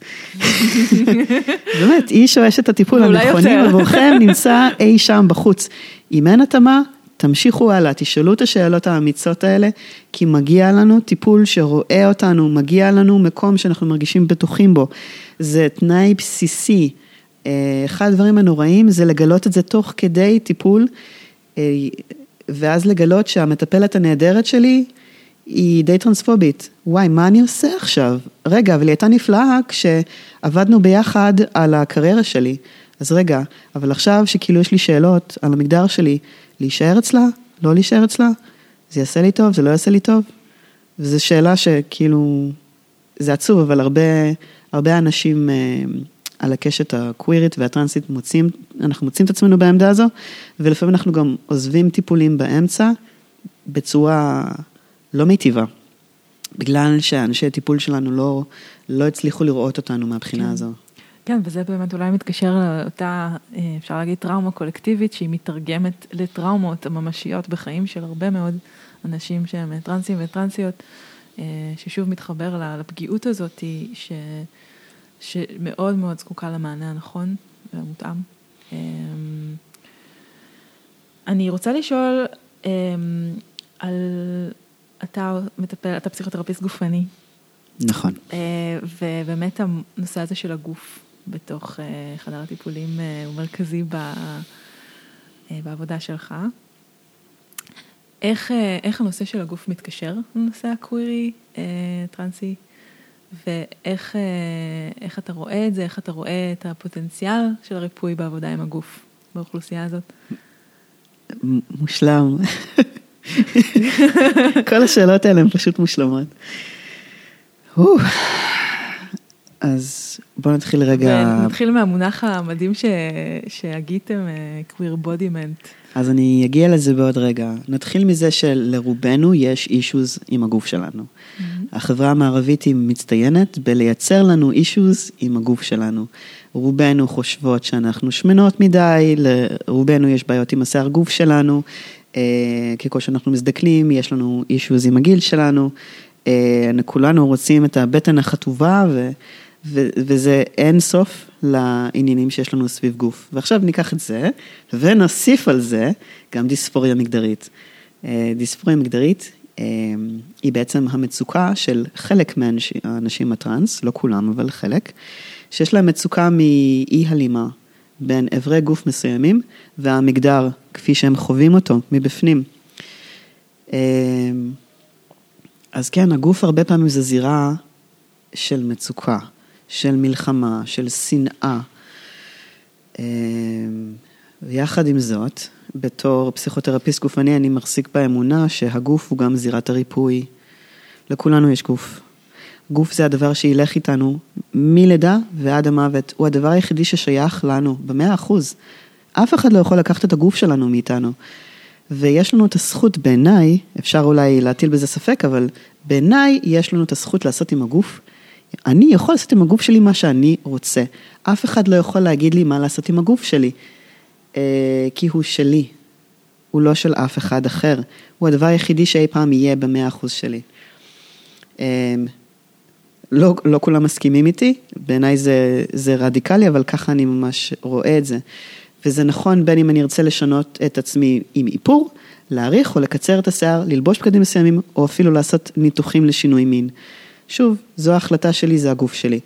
באמת, איש או אשת הטיפול הנכונים עבורכם נמצא אי שם בחוץ. אם אין התאמה, תמשיכו הלאה, תשאלו את השאלות האמיצות האלה, כי מגיע לנו טיפול שרואה אותנו, מגיע לנו מקום שאנחנו מרגישים בטוחים בו. זה תנאי בסיסי. אחד הדברים הנוראים זה לגלות את זה תוך כדי טיפול, ואז לגלות שהמטפלת הנהדרת שלי, היא די טרנספובית. וואי, מה אני עושה עכשיו? רגע, אבל היא הייתה נפלאה כשעבדנו ביחד על הקריירה שלי. אז רגע, אבל עכשיו שכאילו יש לי שאלות על המגדר שלי, להישאר אצלה, לא להישאר אצלה, זה יעשה לי טוב, זה לא יעשה לי טוב. וזו שאלה שכאילו, זה עצוב, אבל הרבה אנשים על הקשת הקווירית והטרנסית אנחנו מוצאים את עצמנו בעמדה הזו, ולפעמים אנחנו גם עוזבים טיפולים באמצע, בצורה לא מיטיבה, בגלל שאנשי הטיפול שלנו לא הצליחו לראות אותנו מהבחינה הזו. כן, וזה באמת אולי מתקשר לאותה, אפשר להגיד, טראומה קולקטיבית, שהיא מתרגמת לטראומות הממשיות בחיים של הרבה מאוד אנשים שהם טרנסים וטרנסיות, ששוב מתחבר לפגיעות הזאת, שמאוד מאוד זקוקה למענה הנכון והמותאם. אני רוצה לשאול על... אתה פסיכותרפיסט גופני. נכון. ובאמת הנושא הזה של הגוף בתוך חדר הטיפולים הוא מרכזי בעבודה שלך. איך הנושא של הגוף מתקשר לנושא הקווירי, טרנסי, ואיך אתה רואה את זה, איך אתה רואה את הפוטנציאל של הריפוי בעבודה עם הגוף באוכלוסייה הזאת? מושלם. כל השאלות האלה הן פשוט מושלמות. אז בואו נתחיל רגע... ונתחיל מהמונח המדהים שהגיתם, queer bodiment. אז אני אגיע לזה בעוד רגע. נתחיל מזה שלרובנו יש אישוז עם הגוף שלנו. החברה המערבית היא מצטיינת בלייצר לנו אישוז עם הגוף שלנו. רובנו חושבות שאנחנו שמנות מדי, לרובנו יש בעיות עם השיער גוף שלנו, ככל שאנחנו מזדקנים, יש לנו אישוז עם הגיל שלנו, כולנו רוצים את הבטן החטובה, וזה אין סוף לעניינים שיש לנו סביב גוף. ועכשיו ניקח את זה, ונוסיף על זה גם דיספוריה מגדרית. דיספוריה מגדרית היא בעצם המצוקה של חלק מהאנשים הטרנס, לא כולם, אבל חלק, שיש להם מצוקה מאי הלימה בין אברי גוף מסוימים והמגדר, כפי שהם חווים אותו מבפנים. אז כן, הגוף הרבה פעמים זה זירה של מצוקה, של מלחמה, של שנאה. ויחד עם זאת, בתור פסיכותרפיסט גופני, אני מחזיק באמונה שהגוף הוא גם זירת הריפוי. לכולנו יש גוף. גוף זה הדבר שילך איתנו מלידה ועד המוות. הוא הדבר היחידי ששייך לנו, ב100%. אף אחד לא יכול לקחת את הגוף שלנו מאיתנו. ויש לנו את הזכות בעיניי, אפשר אולי להטיל בזה ספק, אבל בעיניי יש לנו את הזכות לעשות עם הגוף. אני יכול לעשות עם הגוף שלי מה שאני רוצה. אף אחד לא יכול להגיד לי מה לעשות עם הגוף שלי. כי הוא שלי. הוא לא של אף אחד אחר. הוא הדבר היחידי שאי פעם יהיה ב100% שלי. לא כולם מסכימים איתי, בעיניי זה רדיקלי, אבל ככה אני ממש רואה את זה. וזה נכון בין אם אני ארצה לשנות את עצמי עם איפור, להאריך או לקצר את השיער, ללבוש בגדים מסוימים, או אפילו לעשות ניתוחים לשינוי מין. שוב, זו ההחלטה שלי, זה הגוף שלי.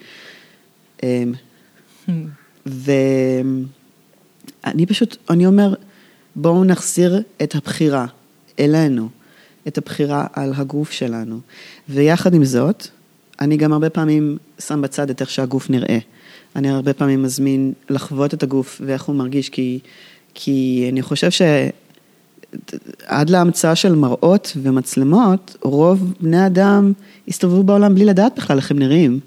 אני אומר, בואו נחזיר את הבחירה אלינו, את הבחירה על הגוף שלנו. ויחד עם זאת, אני גם הרבה פעמים שם בצד את איך שהגוף נראה. אני הרבה פעמים מזמין לחוות את הגוף ואיך הוא מרגיש, כי אני חושב שעד להמצאה של מראות ומצלמות, רוב בני אדם הסתובבו בעולם בלי לדעת בכלל איך הם נראים.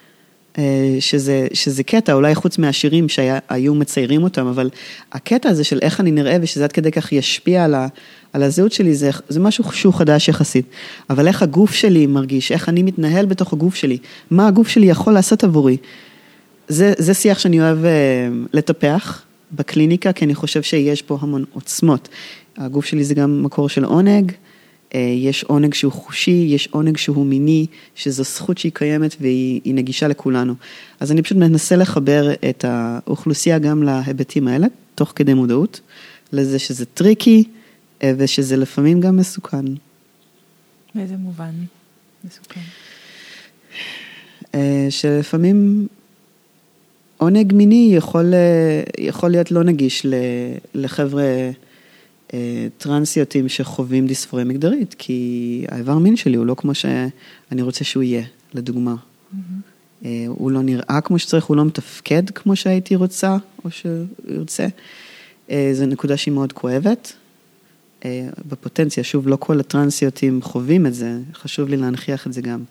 שזה קטע, אולי חוץ מהשירים שהיו מציירים אותם, אבל הקטע הזה של איך אני נראה ושזה עד כדי כך ישפיע על הזהות שלי, זה משהו שהוא חדש יחסית. אבל איך הגוף שלי מרגיש, איך אני מתנהל בתוך הגוף שלי, מה הגוף שלי יכול לעשות עבורי. זה שיח שאני אוהב לטפח בקליניקה, כי אני חושב שיש פה המון עוצמות. הגוף שלי זה גם מקור של עונג, יש עונג שהוא חושי, יש עונג שהוא מיני, שזו זכות שהיא קיימת והיא נגישה לכולנו. אז אני פשוט מנסה לחבר את האוכלוסייה גם להיבטים האלה, תוך כדי מודעות, לזה שזה טריקי, ושזה לפעמים גם מסוכן. באיזה מובן מסוכן? שלפעמים עונג מיני יכול להיות לא נגיש לחבר'ה טרנסיוטים שחווים דיספוריה מגדרית, כי האיבר מין שלי הוא לא כמו שאני רוצה שהוא יהיה, לדוגמה. הוא לא נראה כמו שצריך, הוא לא מתפקד כמו שהייתי רוצה, או שירצה. זו נקודה שהיא מאוד כואבת. בפוטנציה, שוב, לא כל הטרנסיוטים חווים את זה, חשוב לי להנחיח את זה גם.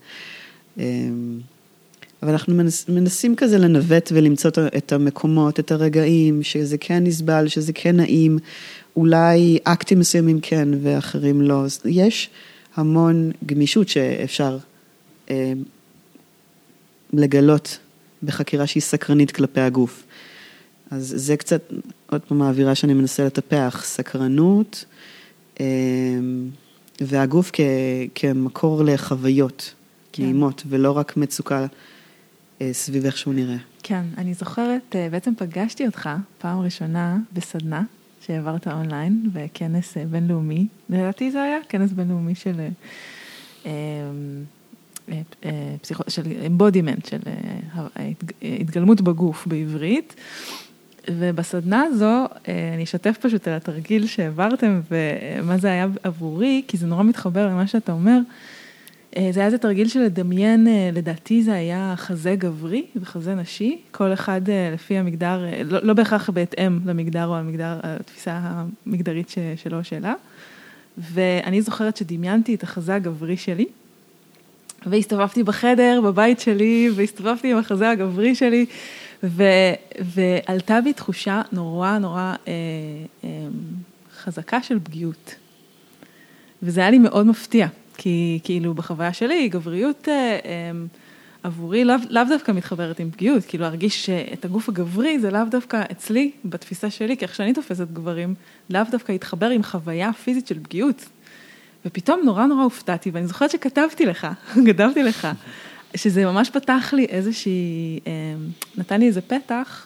אבל אנחנו מנסים כזה לנווט ולמצוא את המקומות, את הרגעים, שזה כן נסבל, שזה כן נעים, אולי אקטים מסוימים כן ואחרים לא. יש המון גמישות שאפשר לגלות בחקירה שהיא סקרנית כלפי הגוף. אז זה קצת, עוד פעם האווירה שאני מנסה לטפח, סקרנות, והגוף כמקור לחוויות נעימות, ולא רק מצוקה סביב איך שהוא נראה. כן, אני זוכרת, בעצם פגשתי אותך פעם ראשונה בסדנה, שהעברת אונליין, בכנס בינלאומי, לדעתי זה היה כנס בינלאומי של embodiment, של התגלמות בגוף בעברית, ובסדנה הזו, אני אשתף פשוט על התרגיל שהעברתם, ומה זה היה עבורי, כי זה נורא מתחבר למה שאתה אומר, זה היה איזה תרגיל של לדמיין, לדעתי זה היה חזה גברי וחזה נשי, כל אחד לפי המגדר, לא בהכרח בהתאם למגדר או התפיסה המגדרית שלו או שלה, ואני זוכרת שדמיינתי את החזה הגברי שלי, והסתובבתי בחדר, בבית שלי, והסתובבתי עם החזה הגברי שלי, ועלתה בי תחושה נורא חזקה של פגיעות. וזה היה לי מאוד מפתיע, כי כאילו בחוויה שלי, גבריות עבורי לאו דווקא מתחברת עם פגיעות, כאילו להרגיש שאת הגוף הגברי זה לאו דווקא אצלי, בתפיסה שלי, כי איך שאני תופסת גברים, לאו דווקא התחבר עם חוויה פיזית של פגיעות. ופתאום נורא הופתעתי, ואני זוכרת שכתבתי לך, שזה ממש פתח לי איזושהי, נתן לי איזה פתח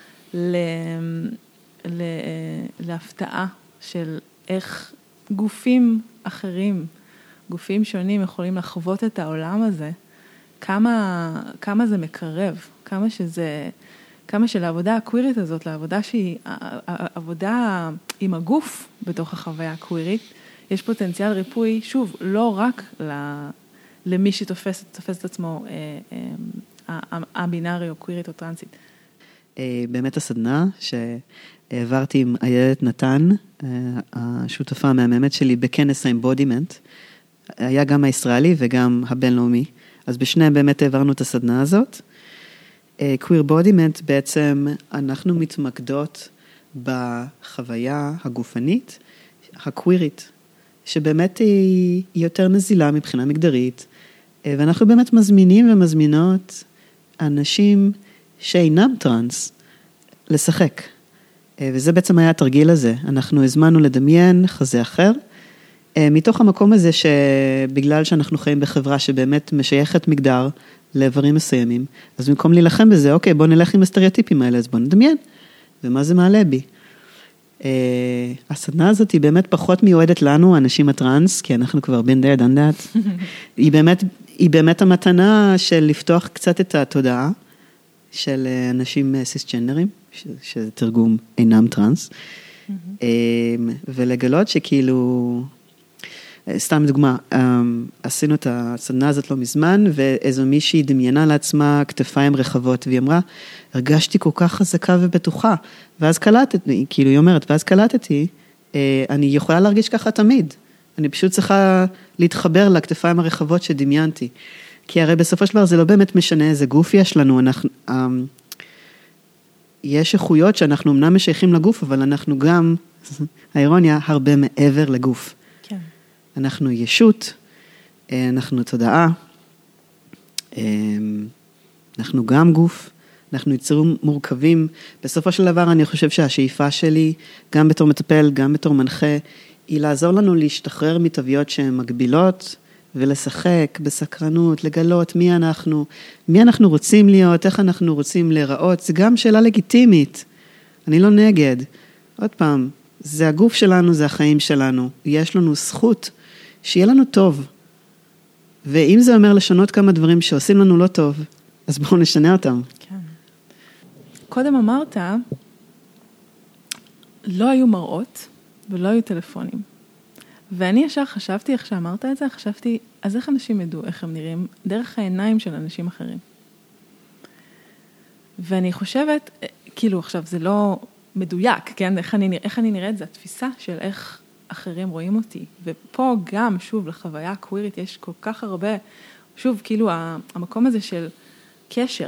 להפתעה של איך גופים אחרים, גופים שונים יכולים לחוות את העולם הזה, כמה זה מקרב, כמה שזה כמה שלעבודה הקווירית הזאת, לעבודה שהיא, העבודה עם הגוף בתוך החוויה הקווירית, יש פוטנציאל ריפוי, שוב, לא רק למי שתופס את עצמו הבינארי או קווירית או טרנסית. באמת הסדנה שהעברתי עם איילת נתן, השותפה המהממת שלי בכנס האמבודימנט, היה גם הישראלי וגם הבינלאומי, אז בשניהם באמת העברנו את הסדנה הזאת. קוויר בודימנט בעצם אנחנו מתמקדות בחוויה הגופנית, הקווירית, שבאמת היא יותר נזילה מבחינה מגדרית, ואנחנו באמת מזמינים ומזמינות אנשים שאינם טרנס לשחק. וזה בעצם היה התרגיל הזה. אנחנו הזמנו לדמיין חזה אחר, מתוך המקום הזה שבגלל שאנחנו חיים בחברה שבאמת משייכת מגדר לאיברים מסוימים, אז במקום להילחם בזה, אוקיי, בוא נלך עם הסטריאוטיפים האלה, אז בוא נדמיין. ומה זה מעלה בי? הסדנה הזאת היא באמת פחות מיועדת לנו, האנשים הטרנס, כי אנחנו כבר been there, done that. היא באמת המתנה של לפתוח קצת את התודעה של אנשים סיסג'נדרים, שזה תרגום אינם טרנס, ולגלות שכאילו, סתם דוגמה, עשינו את הסדנה הזאת לא מזמן, ואיזו מישהי דמיינה לעצמה כתפיים רחבות, והיא אמרה, הרגשתי כל כך חזקה ובטוחה, ואז קלטתי, כאילו היא אומרת, ואז קלטתי, אני יכולה להרגיש ככה תמיד, אני פשוט צריכה להתחבר לכתפיים הרחבות שדמיינתי, כי הרי בסופו של דבר זה לא באמת משנה איזה גוף יש לנו, יש איכויות שאנחנו אמנם משייכים לגוף, אבל אנחנו גם, האירוניה, הרבה מעבר לגוף. כן. אנחנו ישות, אנחנו תודעה, אנחנו גם גוף, אנחנו יצורים מורכבים. בסופו של דבר אני חושב שהשאיפה שלי, גם בתור מטפל, גם בתור מנחה, היא לעזור לנו להשתחרר מתוויות שהן מגבילות, ולשחק בסקרנות, לגלות מי אנחנו רוצים להיות, איך אנחנו רוצים להיראות, זה גם שאלה לגיטימית, אני לא נגד. עוד פעם, זה הגוף שלנו, זה החיים שלנו, יש לנו זכות שיהיה לנו טוב, ואם זה אומר לשנות כמה דברים שעושים לנו לא טוב, אז בואו נשנה אותם. כן. קודם אמרת, לא היו מראות ולא היו טלפונים. ואני ישר חשבתי, איך שאמרת את זה, חשבתי, אז איך אנשים ידעו איך הם נראים? דרך העיניים של אנשים אחרים. ואני חושבת, כאילו עכשיו זה לא מדויק, כן? איך אני נראית, זה התפיסה של איך אחרים רואים אותי. ופה גם, שוב, לחוויה הקווירית יש כל כך הרבה, שוב, כאילו המקום הזה של קשר,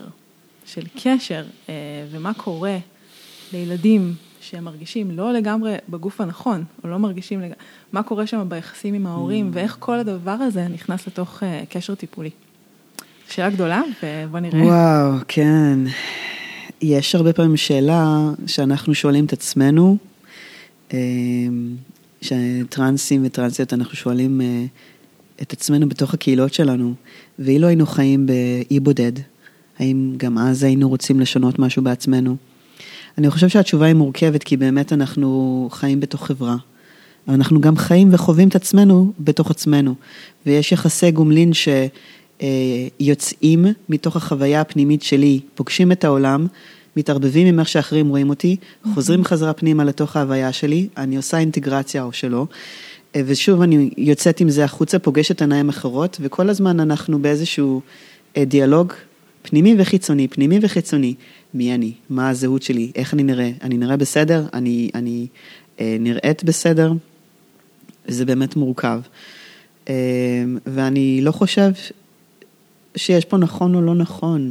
ומה קורה לילדים שהם מרגישים לא לגמרי בגוף הנכון, או לא מרגישים מה קורה שם ביחסים עם ההורים, ואיך כל הדבר הזה נכנס לתוך קשר טיפולי. שאלה גדולה, ובוא נראה. וואו, כן. יש הרבה פעמים שאלה שאנחנו שואלים את עצמנו, שטרנסים וטרנסיות אנחנו שואלים את עצמנו בתוך הקהילות שלנו, ואילו היינו חיים באי בודד, האם גם אז היינו רוצים לשנות משהו בעצמנו? אני חושב שהתשובה היא מורכבת, כי באמת אנחנו חיים בתוך חברה. אנחנו גם חיים וחווים את עצמנו בתוך עצמנו. ויש יחסי גומלין שיוצאים מתוך החוויה הפנימית שלי, פוגשים את העולם, מתערבבים עם איך שאחרים רואים אותי, חוזרים חזרה פנימה לתוך ההוויה שלי, אני עושה אינטגרציה או שלא, ושוב אני יוצאת עם זה החוצה, פוגשת עיניים אחרות, וכל הזמן אנחנו באיזשהו דיאלוג פנימי וחיצוני, פנימי וחיצוני. מי אני? מה הזהות שלי? איך אני נראה? אני נראה בסדר? אני נראית בסדר? זה באמת מורכב. ואני לא חושב שיש פה נכון או לא נכון.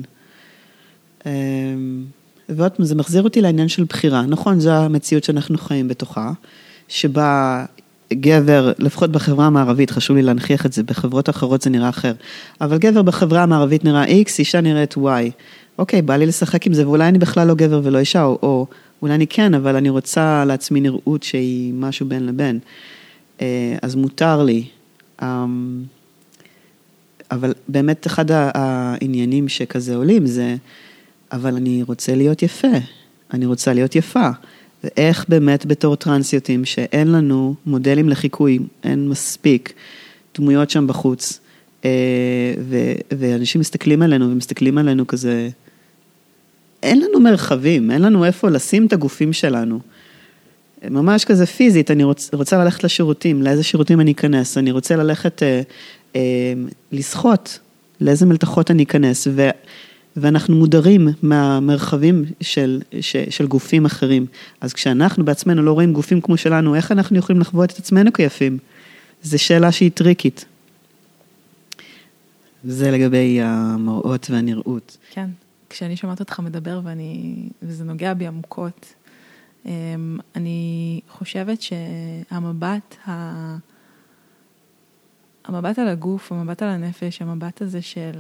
ועוד פעם, זה מחזיר אותי לעניין של בחירה. נכון, זו המציאות שאנחנו חיים בתוכה, שבה גבר, לפחות בחברה המערבית, חשוב לי להנכיח את זה, בחברות אחרות זה נראה אחר, אבל גבר בחברה המערבית נראה X, אישה נראית Y. אוקיי, בא לי לשחק עם זה, ואולי אני בכלל לא גבר ולא אישה, או אולי אני כן, אבל אני רוצה לעצמי נראות שהיא משהו בין לבין. אז מותר לי. אבל באמת אחד העניינים שכזה עולים זה, אבל אני רוצה להיות יפה, אני רוצה להיות יפה. ואיך באמת בתור טרנסיוטים שאין לנו מודלים לחיקוי, אין מספיק דמויות שם בחוץ, ואנשים מסתכלים עלינו ומסתכלים עלינו כזה, אין לנו מרחבים, אין לנו איפה לשים את הגופים שלנו. ממש כזה פיזית, אני רוצה ללכת לשירותים, לאיזה שירותים אני אכנס, אני רוצה ללכת לשחות, לאיזה מלתחות אני אכנס, ואנחנו מודרים מהמרחבים של גופים אחרים. אז כשאנחנו בעצמנו לא רואים גופים כמו שלנו, איך אנחנו יכולים לחוות את עצמנו כיפים? זו שאלה שהיא טריקית. זה לגבי המראות והנראות. כן, כשאני שומעת אותך מדבר וזה נוגע בי עמוקות, אני חושבת שהמבט על הגוף, המבט על הנפש, המבט הזה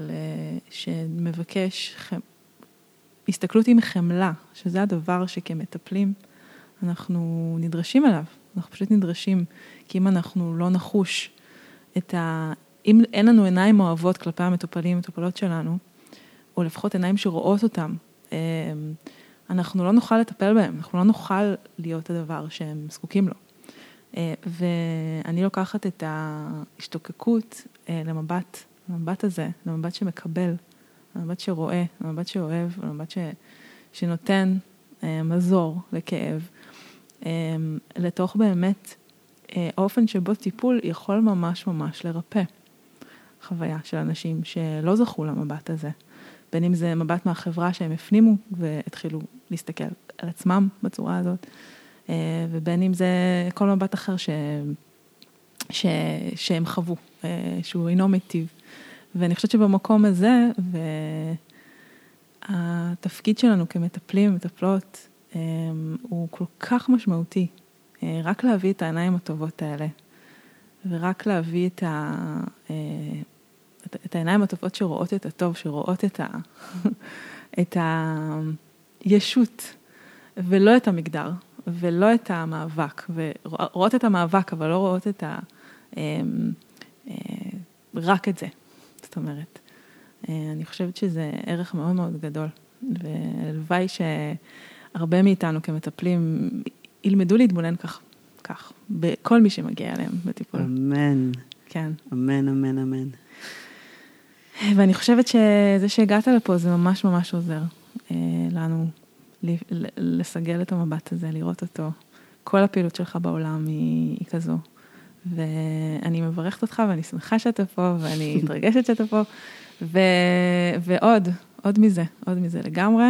שמבקש הסתכלות עם חמלה, שזה הדבר שכמטפלים אנחנו נדרשים אליו. אנחנו פשוט נדרשים, כי אם אנחנו לא נחוש אם אין לנו עיניים אוהבות כלפי המטופלים, מטופלות שלנו, או לפחות עיניים שרואות אותם, אנחנו לא נוכל לטפל בהם, אנחנו לא נוכל להיות הדבר שהם זקוקים לו. ואני לוקחת את ההשתוקקות למבט הזה, למבט שמקבל, למבט שרואה, למבט שאוהב, למבט שנותן מזור לכאב, לתוך באמת האופן שבו טיפול יכול ממש ממש לרפא חוויה של אנשים שלא זכו למבט הזה. בין אם זה מבט מהחברה שהם הפנימו והתחילו להסתכל על עצמם בצורה הזאת, ובין אם זה כל מבט אחר שהם חוו, שהוא אינו מיטיב. ואני חושבת שבמקום הזה, והתפקיד שלנו כמטפלים ומטפלות, הוא כל כך משמעותי. רק להביא את העיניים הטובות האלה, ורק להביא את העיניים הטובות שרואות את הטוב, שרואות את הישות, ולא את המגדר, ולא את המאבק, ורואות את המאבק, אבל לא רואות רק את זה. זאת אומרת, אני חושבת שזה ערך מאוד מאוד גדול, והלוואי שהרבה מאיתנו כמטפלים ילמדו להתבונן כך, בכל מי שמגיע אליהם בטיפול. אמן. כן. אמן, אמן, אמן. ואני חושבת שזה שהגעת לפה זה ממש ממש עוזר לנו לסגל את המבט הזה, לראות אותו. כל הפעילות שלך בעולם היא כזו. ואני מברכת אותך ואני שמחה שאתה פה ואני מתרגשת שאתה פה. ועוד מזה לגמרי.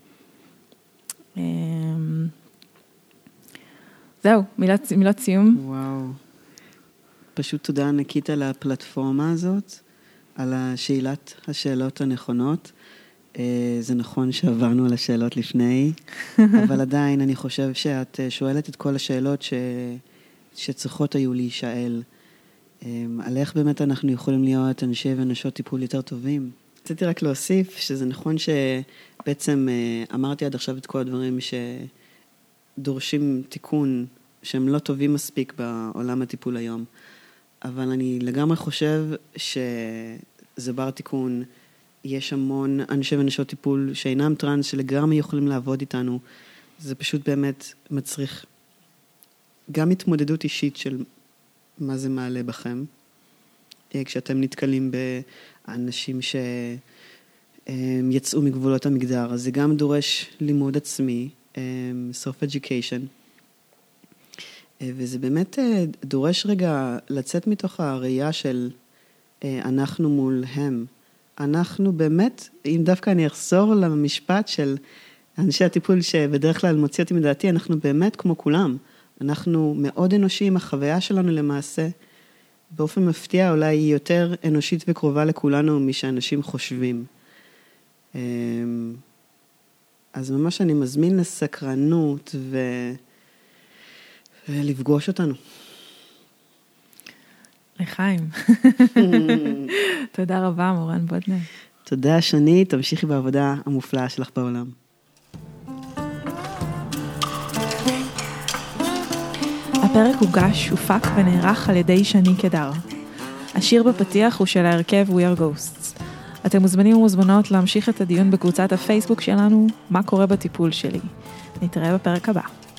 זהו, מילות סיום. וואו. פשוט תודה ענקית על הפלטפורמה הזאת, על השאלות הנכונות. זה נכון שעברנו על השאלות לפני, אבל עדיין אני חושב שאת שואלת את כל השאלות שצריכות היו להישאל. על איך באמת אנחנו יכולים להיות אנשי ונשות טיפול יותר טובים. רציתי רק להוסיף שזה נכון שבעצם אמרתי עד עכשיו את כל הדברים שדורשים תיקון, שהם לא טובים מספיק בעולם הטיפול היום. אבל אני לגמרי חושב שזה בר תיקון. יש המון אנשי ונשות טיפול שאינם טרנס, שלגמרי יכולים לעבוד איתנו. זה פשוט באמת מצריך גם התמודדות אישית של מה זה מעלה בכם. כשאתם נתקלים באנשים שיצאו מגבולות המגדר, אז זה גם דורש לימוד עצמי, self-education. וזה באמת דורש רגע לצאת מתוך הראייה של אנחנו מול הם. אנחנו באמת, אם דווקא אני אחזור למשפט של אנשי הטיפול שבדרך כלל מוציא אותי מדעתי, אנחנו באמת כמו כולם. אנחנו מאוד אנושיים, החוויה שלנו למעשה, באופן מפתיע אולי היא יותר אנושית וקרובה לכולנו משאנשים חושבים. אז ממש אני מזמין לסקרנות ולפגוש אותנו. לחיים. תודה רבה, מורן בודנר. תודה, שני, תמשיכי בעבודה המופלאה שלך בעולם. הפרק הוגש, הופק ונערך על ידי שני קדר. השיר בפתיח הוא של ההרכב We Are Ghosts. אתם מוזמנים ומוזמנות להמשיך את הדיון בקבוצת הפייסבוק שלנו, מה קורה בטיפול שלי. נתראה בפרק הבא.